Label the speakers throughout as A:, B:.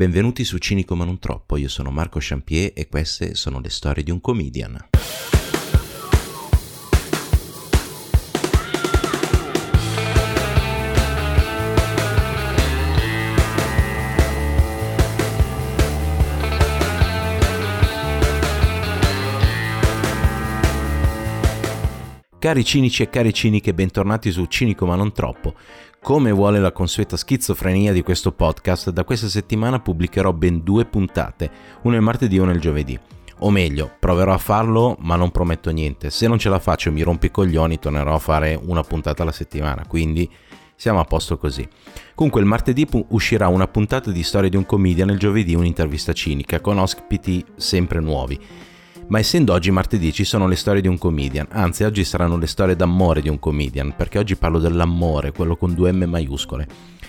A: Benvenuti su Cinico ma non troppo, io sono Marco Champier e queste sono le storie di un comedian. Cari cinici e cari ciniche, bentornati su Cinico ma non troppo. Come vuole la consueta schizofrenia di questo podcast, da questa settimana pubblicherò ben 2 puntate, una il martedì e una il giovedì. O meglio, proverò a farlo, ma non prometto niente. Se non ce la faccio e mi rompo i coglioni, tornerò a fare una puntata alla settimana, quindi siamo a posto così. Comunque il martedì uscirà una puntata di Storia di un comedian e il giovedì un'intervista cinica, con ospiti sempre nuovi. Ma essendo oggi martedì ci sono le storie di un comedian, anzi oggi saranno le storie d'amore di un comedian, perché oggi parlo dell'amore, quello con 2 M maiuscole.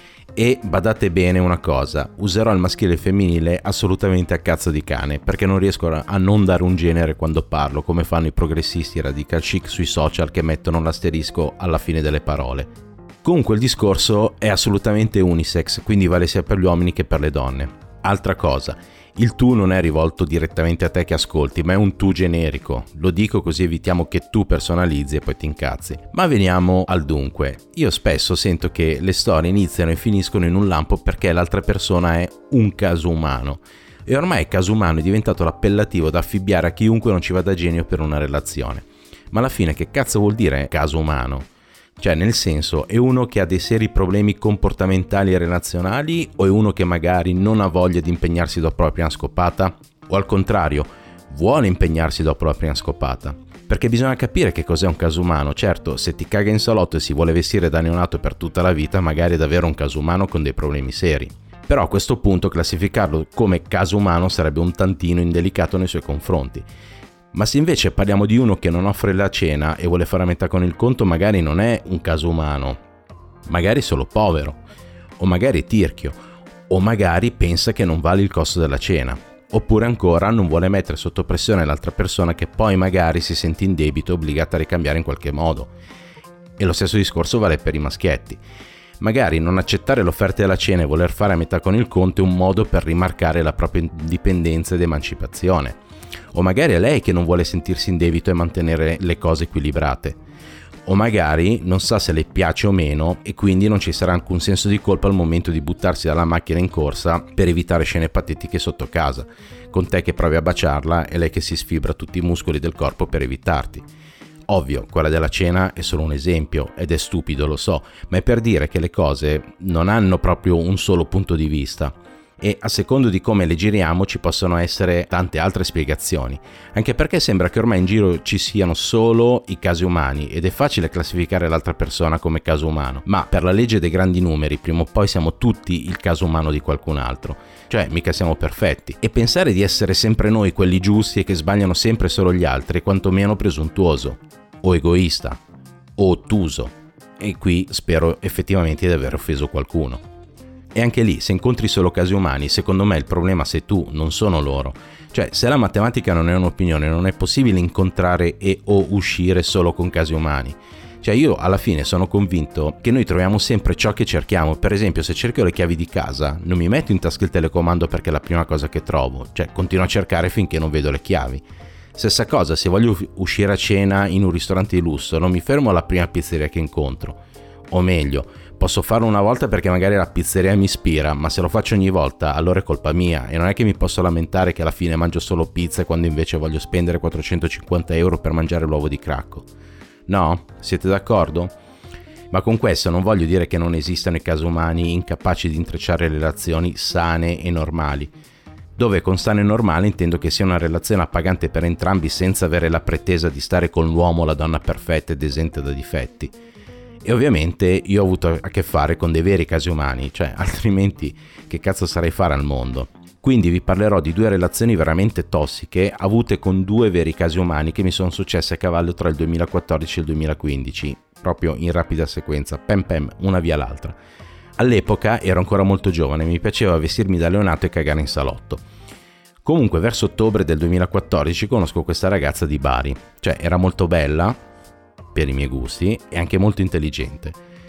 A: E badate bene una cosa, userò il maschile e il femminile assolutamente a cazzo di cane, perché non riesco a non dare un genere quando parlo, come fanno i progressisti radical chic sui social che mettono l'asterisco alla fine delle parole. Comunque il discorso è assolutamente unisex, quindi vale sia per gli uomini che per le donne. Altra cosa, il tu non è rivolto direttamente a te che ascolti, ma è un tu generico. Lo dico così evitiamo che tu personalizzi e poi ti incazzi. Ma veniamo al dunque. Io spesso sento che le storie iniziano e finiscono in un lampo perché l'altra persona è un caso umano. E ormai caso umano è diventato l'appellativo da affibbiare a chiunque non ci vada a genio per una relazione. Ma alla fine che cazzo vuol dire caso umano? Cioè, nel senso, è uno che ha dei seri problemi comportamentali e relazionali o è uno che magari non ha voglia di impegnarsi dopo la prima scopata? O al contrario, vuole impegnarsi dopo la prima scopata? Perché bisogna capire che cos'è un caso umano. Certo, se ti caga in salotto e si vuole vestire da neonato per tutta la vita, magari è davvero un caso umano con dei problemi seri. Però a questo punto classificarlo come caso umano sarebbe un tantino indelicato nei suoi confronti. Ma se invece parliamo di uno che non offre la cena e vuole fare a metà con il conto, magari non è un caso umano, magari solo povero, o magari tirchio, o magari pensa che non vale il costo della cena, oppure ancora non vuole mettere sotto pressione l'altra persona che poi magari si sente in debito e obbligata a ricambiare in qualche modo. E lo stesso discorso vale per i maschietti. Magari non accettare l'offerta della cena e voler fare a metà con il conto è un modo per rimarcare la propria indipendenza ed emancipazione. O magari è lei che non vuole sentirsi in debito e mantenere le cose equilibrate. O magari non sa se le piace o meno e quindi non ci sarà alcun senso di colpa al momento di buttarsi dalla macchina in corsa per evitare scene patetiche sotto casa, con te che provi a baciarla e lei che si sfibra tutti i muscoli del corpo per evitarti. Ovvio, quella della cena è solo un esempio ed è stupido, lo so, ma è per dire che le cose non hanno proprio un solo punto di vista. E a secondo di come le giriamo ci possono essere tante altre spiegazioni, anche perché sembra che ormai in giro ci siano solo i casi umani ed è facile classificare l'altra persona come caso umano, ma per la legge dei grandi numeri prima o poi siamo tutti il caso umano di qualcun altro, cioè mica siamo perfetti, e pensare di essere sempre noi quelli giusti e che sbagliano sempre solo gli altri è quantomeno presuntuoso, o egoista, o ottuso, e qui spero effettivamente di aver offeso qualcuno. E anche lì, se incontri solo casi umani, secondo me il problema sei tu, non sono loro. Cioè, se la matematica non è un'opinione, non è possibile incontrare e o uscire solo con casi umani. Cioè, io alla fine sono convinto che noi troviamo sempre ciò che cerchiamo. Per esempio, se cerco le chiavi di casa, non mi metto in tasca il telecomando perché è la prima cosa che trovo. Cioè, continuo a cercare finché non vedo le chiavi. Stessa cosa, se voglio uscire a cena in un ristorante di lusso, non mi fermo alla prima pizzeria che incontro. O meglio, posso farlo una volta perché magari la pizzeria mi ispira, ma se lo faccio ogni volta allora è colpa mia e non è che mi posso lamentare che alla fine mangio solo pizza quando invece voglio spendere 450 euro per mangiare l'uovo di Cracco. No? Siete d'accordo? Ma con questo non voglio dire che non esistano i casi umani incapaci di intrecciare relazioni sane e normali. Dove con sano e normale intendo che sia una relazione appagante per entrambi senza avere la pretesa di stare con l'uomo o la donna perfetta ed esente da difetti. E ovviamente io ho avuto a che fare con dei veri casi umani, cioè altrimenti che cazzo sarei fare al mondo? Quindi vi parlerò di 2 relazioni veramente tossiche avute con 2 veri casi umani che mi sono successe a cavallo tra il 2014 e il 2015, proprio in rapida sequenza, pem pem, una via l'altra. All'epoca ero ancora molto giovane, mi piaceva vestirmi da neonato e cagare in salotto. Comunque verso ottobre del 2014 conosco questa ragazza di Bari, cioè era molto bella per i miei gusti e anche molto intelligente.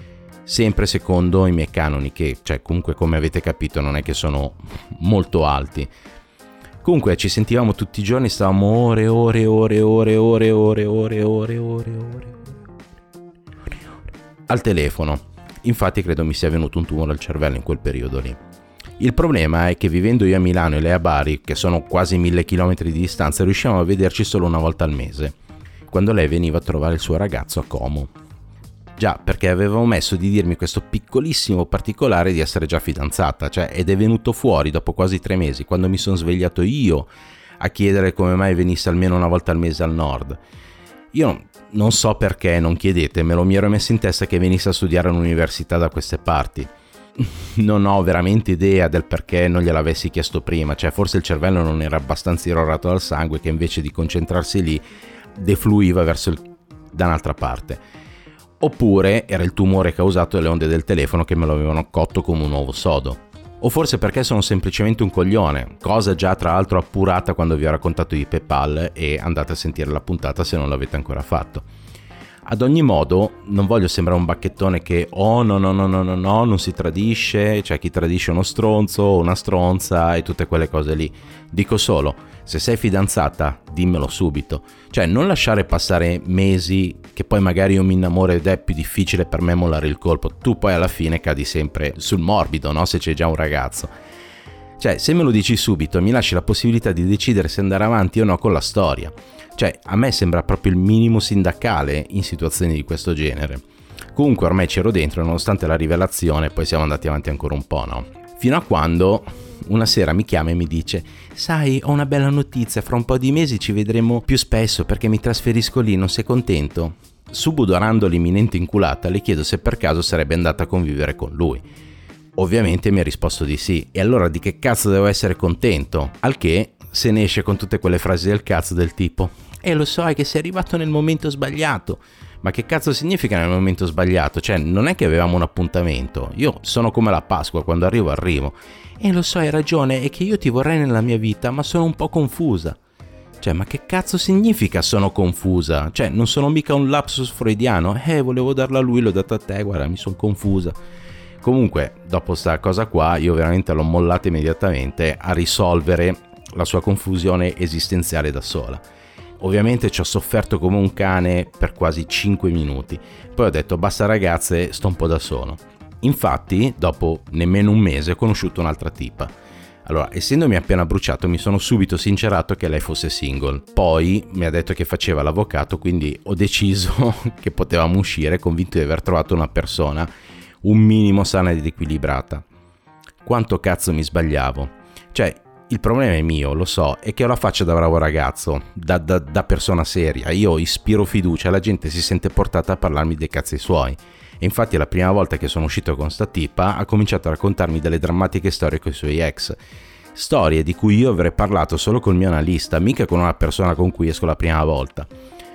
A: sempre secondo i miei canoni, che, cioè, comunque, come avete capito, non è che sono molto alti. Comunque ci sentivamo tutti i giorni, stavamo ore al telefono. Infatti credo mi sia venuto un tumore al cervello in quel periodo lì. Il problema è che vivendo io a Milano e lei a Bari, che sono quasi 1000 km di distanza, riuscivamo a vederci solo una volta al mese, quando lei veniva a trovare il suo ragazzo a Como. Già, perché aveva omesso di dirmi questo piccolissimo particolare di essere già fidanzata, cioè, ed è venuto fuori dopo quasi 3 mesi, quando mi sono svegliato io a chiedere come mai venisse almeno una volta al mese al nord. Io non so perché, non chiedetemelo, mi ero messo in testa che venisse a studiare all'università da queste parti. Non ho veramente idea del perché non gliel'avessi chiesto prima, cioè forse il cervello non era abbastanza irrorato dal sangue, che invece di concentrarsi lì defluiva da un'altra parte. Oppure era il tumore causato dalle onde del telefono che me lo avevano cotto come un uovo sodo. O forse perché sono semplicemente un coglione, cosa già tra l'altro appurata quando vi ho raccontato di PayPal, e andate a sentire la puntata se non l'avete ancora fatto. Ad ogni modo, non voglio sembrare un bacchettone che no, non si tradisce, cioè chi tradisce è uno stronzo o una stronza e tutte quelle cose lì. Dico solo, se sei fidanzata, dimmelo subito. Cioè, non lasciare passare mesi che poi magari io mi innamoro ed è più difficile per me mollare il colpo. Tu poi alla fine cadi sempre sul morbido, no? Se c'è già un ragazzo. Cioè, se me lo dici subito, mi lasci la possibilità di decidere se andare avanti o no con la storia. Cioè, a me sembra proprio il minimo sindacale in situazioni di questo genere. Comunque ormai c'ero dentro, nonostante la rivelazione, poi siamo andati avanti ancora un po', no? Fino a quando una sera mi chiama e mi dice: sai, ho una bella notizia, fra un po' di mesi ci vedremo più spesso perché mi trasferisco lì, non sei contento? Subodorando l'imminente inculata, le chiedo se per caso sarebbe andata a convivere con lui. Ovviamente mi ha risposto di sì, e allora di che cazzo devo essere contento? Al che se ne esce con tutte quelle frasi del cazzo del tipo: lo so, è che sei arrivato nel momento sbagliato. Ma che cazzo significa nel momento sbagliato? Cioè, non è che avevamo un appuntamento. Io sono come la Pasqua, quando arrivo. Lo so, hai ragione, è che io ti vorrei nella mia vita, ma sono un po' confusa. Cioè, ma che cazzo significa sono confusa? Cioè, non sono mica un lapsus freudiano. Volevo darla a lui, l'ho data a te, guarda, mi sono confusa. Comunque, dopo sta cosa qua, io veramente l'ho mollata immediatamente a risolvere la sua confusione esistenziale da sola. Ovviamente ci ho sofferto come un cane per quasi 5 minuti, poi ho detto basta ragazze, sto un po' da solo. Infatti, dopo nemmeno un mese ho conosciuto un'altra tipa. Allora, essendomi appena bruciato, mi sono subito sincerato che lei fosse single. Poi mi ha detto che faceva l'avvocato, quindi ho deciso che potevamo uscire, convinto di aver trovato una persona un minimo sana ed equilibrata. Quanto cazzo mi sbagliavo. Cioè, il problema è mio, lo so, è che ho la faccia da bravo ragazzo, da persona seria. Io ispiro fiducia, la gente si sente portata a parlarmi dei cazzi suoi. E infatti la prima volta che sono uscito con sta tipa ha cominciato a raccontarmi delle drammatiche storie con i suoi ex. Storie di cui io avrei parlato solo col mio analista, mica con una persona con cui esco la prima volta.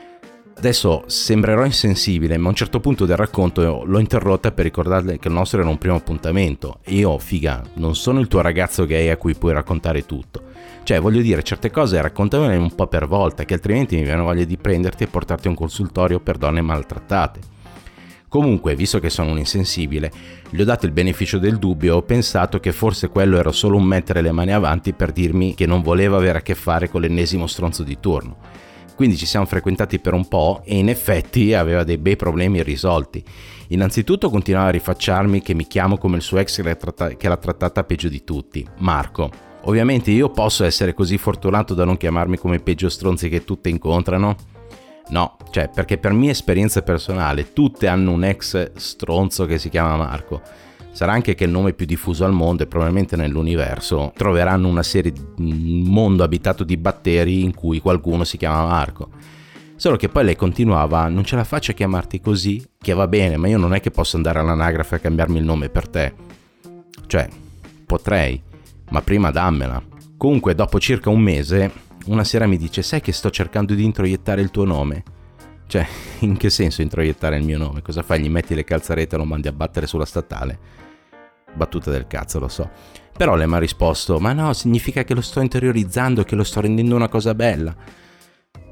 A: Adesso sembrerò insensibile, ma a un certo punto del racconto l'ho interrotta per ricordarle che il nostro era un primo appuntamento. E io, figa, non sono il tuo ragazzo gay a cui puoi raccontare tutto. Cioè, voglio dire, certe cose raccontamele un po' per volta, che altrimenti mi viene voglia di prenderti e portarti a un consultorio per donne maltrattate. Comunque, visto che sono un insensibile, gli ho dato il beneficio del dubbio e ho pensato che forse quello era solo un mettere le mani avanti per dirmi che non voleva avere a che fare con l'ennesimo stronzo di turno. Quindi ci siamo frequentati per un po' e in effetti aveva dei bei problemi irrisolti. Innanzitutto continuava a rifacciarmi che mi chiamo come il suo ex che l'ha trattata peggio di tutti, Marco. Ovviamente io posso essere così fortunato da non chiamarmi come i peggio stronzi che tutte incontrano? No, cioè perché per mia esperienza personale tutte hanno un ex stronzo che si chiama Marco. Sarà anche che è il nome più diffuso al mondo e probabilmente nell'universo troveranno un mondo abitato di batteri in cui qualcuno si chiama Marco. Solo che poi lei continuava: non ce la faccio a chiamarti così, che va bene, ma io non è che posso andare all'anagrafe a cambiarmi il nome per te. Cioè, potrei, ma prima dammela. Comunque dopo circa un mese, una sera mi dice: sai che sto cercando di introiettare il tuo nome? Cioè, in che senso introiettare il mio nome? Cosa fai? Gli metti le calzarete e lo mandi a battere sulla statale? Battuta del cazzo, lo so. Però lei mi ha risposto: ma no, significa che lo sto interiorizzando, che lo sto rendendo una cosa bella.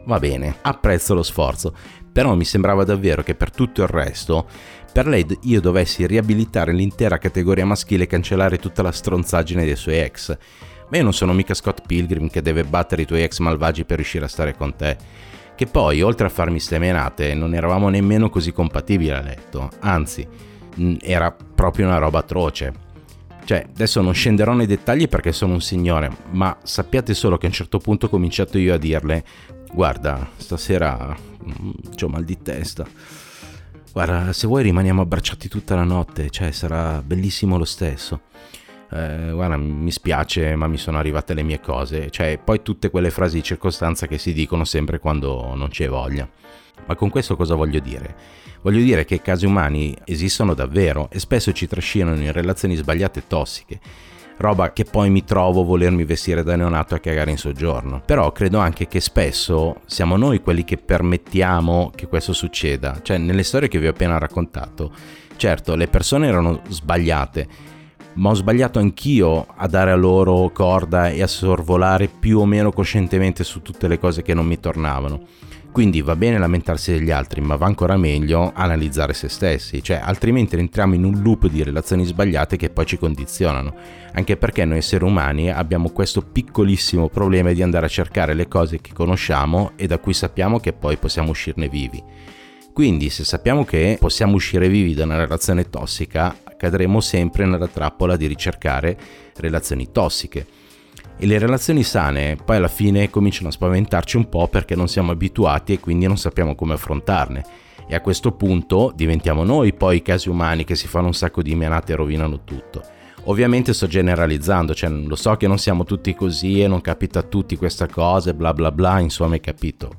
A: va bene, apprezzo lo sforzo, però mi sembrava davvero che per tutto il resto, per lei io dovessi riabilitare l'intera categoria maschile e cancellare tutta la stronzaggine dei suoi ex. Ma io non sono mica Scott Pilgrim che deve battere i tuoi ex malvagi per riuscire a stare con te. Che poi, oltre a farmi ste menate, non eravamo nemmeno così compatibili a letto, anzi, era proprio una roba atroce. Cioè, adesso non scenderò nei dettagli perché sono un signore, ma sappiate solo che a un certo punto ho cominciato io a dirle: guarda, stasera c'ho mal di testa, guarda, se vuoi rimaniamo abbracciati tutta la notte, cioè sarà bellissimo lo stesso. Guarda, mi spiace ma mi sono arrivate le mie cose, cioè poi tutte quelle frasi di circostanza che si dicono sempre quando non c'è voglia. Ma con questo cosa voglio dire? Voglio dire che casi umani esistono davvero e spesso ci trascinano in relazioni sbagliate e tossiche, roba che poi mi trovo a volermi vestire da neonato a cagare in soggiorno. Però credo anche che spesso siamo noi quelli che permettiamo che questo succeda, cioè nelle storie che vi ho appena raccontato, certo le persone erano sbagliate, ma ho sbagliato anch'io a dare a loro corda e a sorvolare più o meno coscientemente su tutte le cose che non mi tornavano. Quindi va bene lamentarsi degli altri, ma va ancora meglio analizzare se stessi, cioè altrimenti entriamo in un loop di relazioni sbagliate che poi ci condizionano, anche perché noi esseri umani abbiamo questo piccolissimo problema di andare a cercare le cose che conosciamo e da cui sappiamo che poi possiamo uscirne vivi. Quindi se sappiamo che possiamo uscire vivi da una relazione tossica, cadremo sempre nella trappola di ricercare relazioni tossiche. E le relazioni sane poi alla fine cominciano a spaventarci un po' perché non siamo abituati e quindi non sappiamo come affrontarne. E a questo punto diventiamo noi poi i casi umani che si fanno un sacco di menate e rovinano tutto. Ovviamente sto generalizzando, cioè lo so che non siamo tutti così e non capita a tutti questa cosa e bla bla bla, insomma hai capito.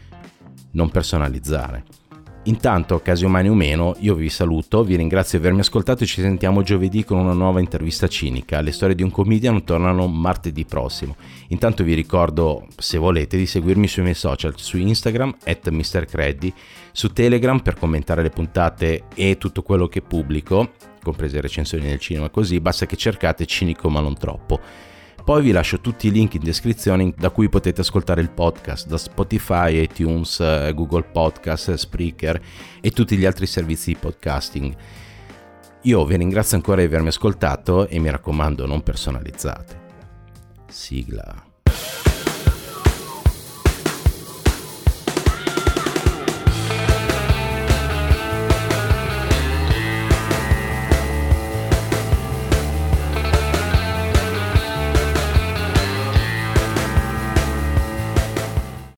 A: Non personalizzare. Intanto, casi umani o meno, io vi saluto, vi ringrazio di avermi ascoltato e ci sentiamo giovedì con una nuova intervista cinica. Le storie di un comedian tornano martedì prossimo. Intanto vi ricordo, se volete, di seguirmi sui miei social, su Instagram @MrCreddy, su Telegram per commentare le puntate e tutto quello che pubblico, comprese recensioni del cinema, così basta che cercate Cinico ma non troppo. Poi vi lascio tutti i link in descrizione da cui potete ascoltare il podcast, da Spotify, iTunes, Google Podcast, Spreaker e tutti gli altri servizi di podcasting. Io vi ringrazio ancora di avermi ascoltato e mi raccomando non personalizzate. Sigla.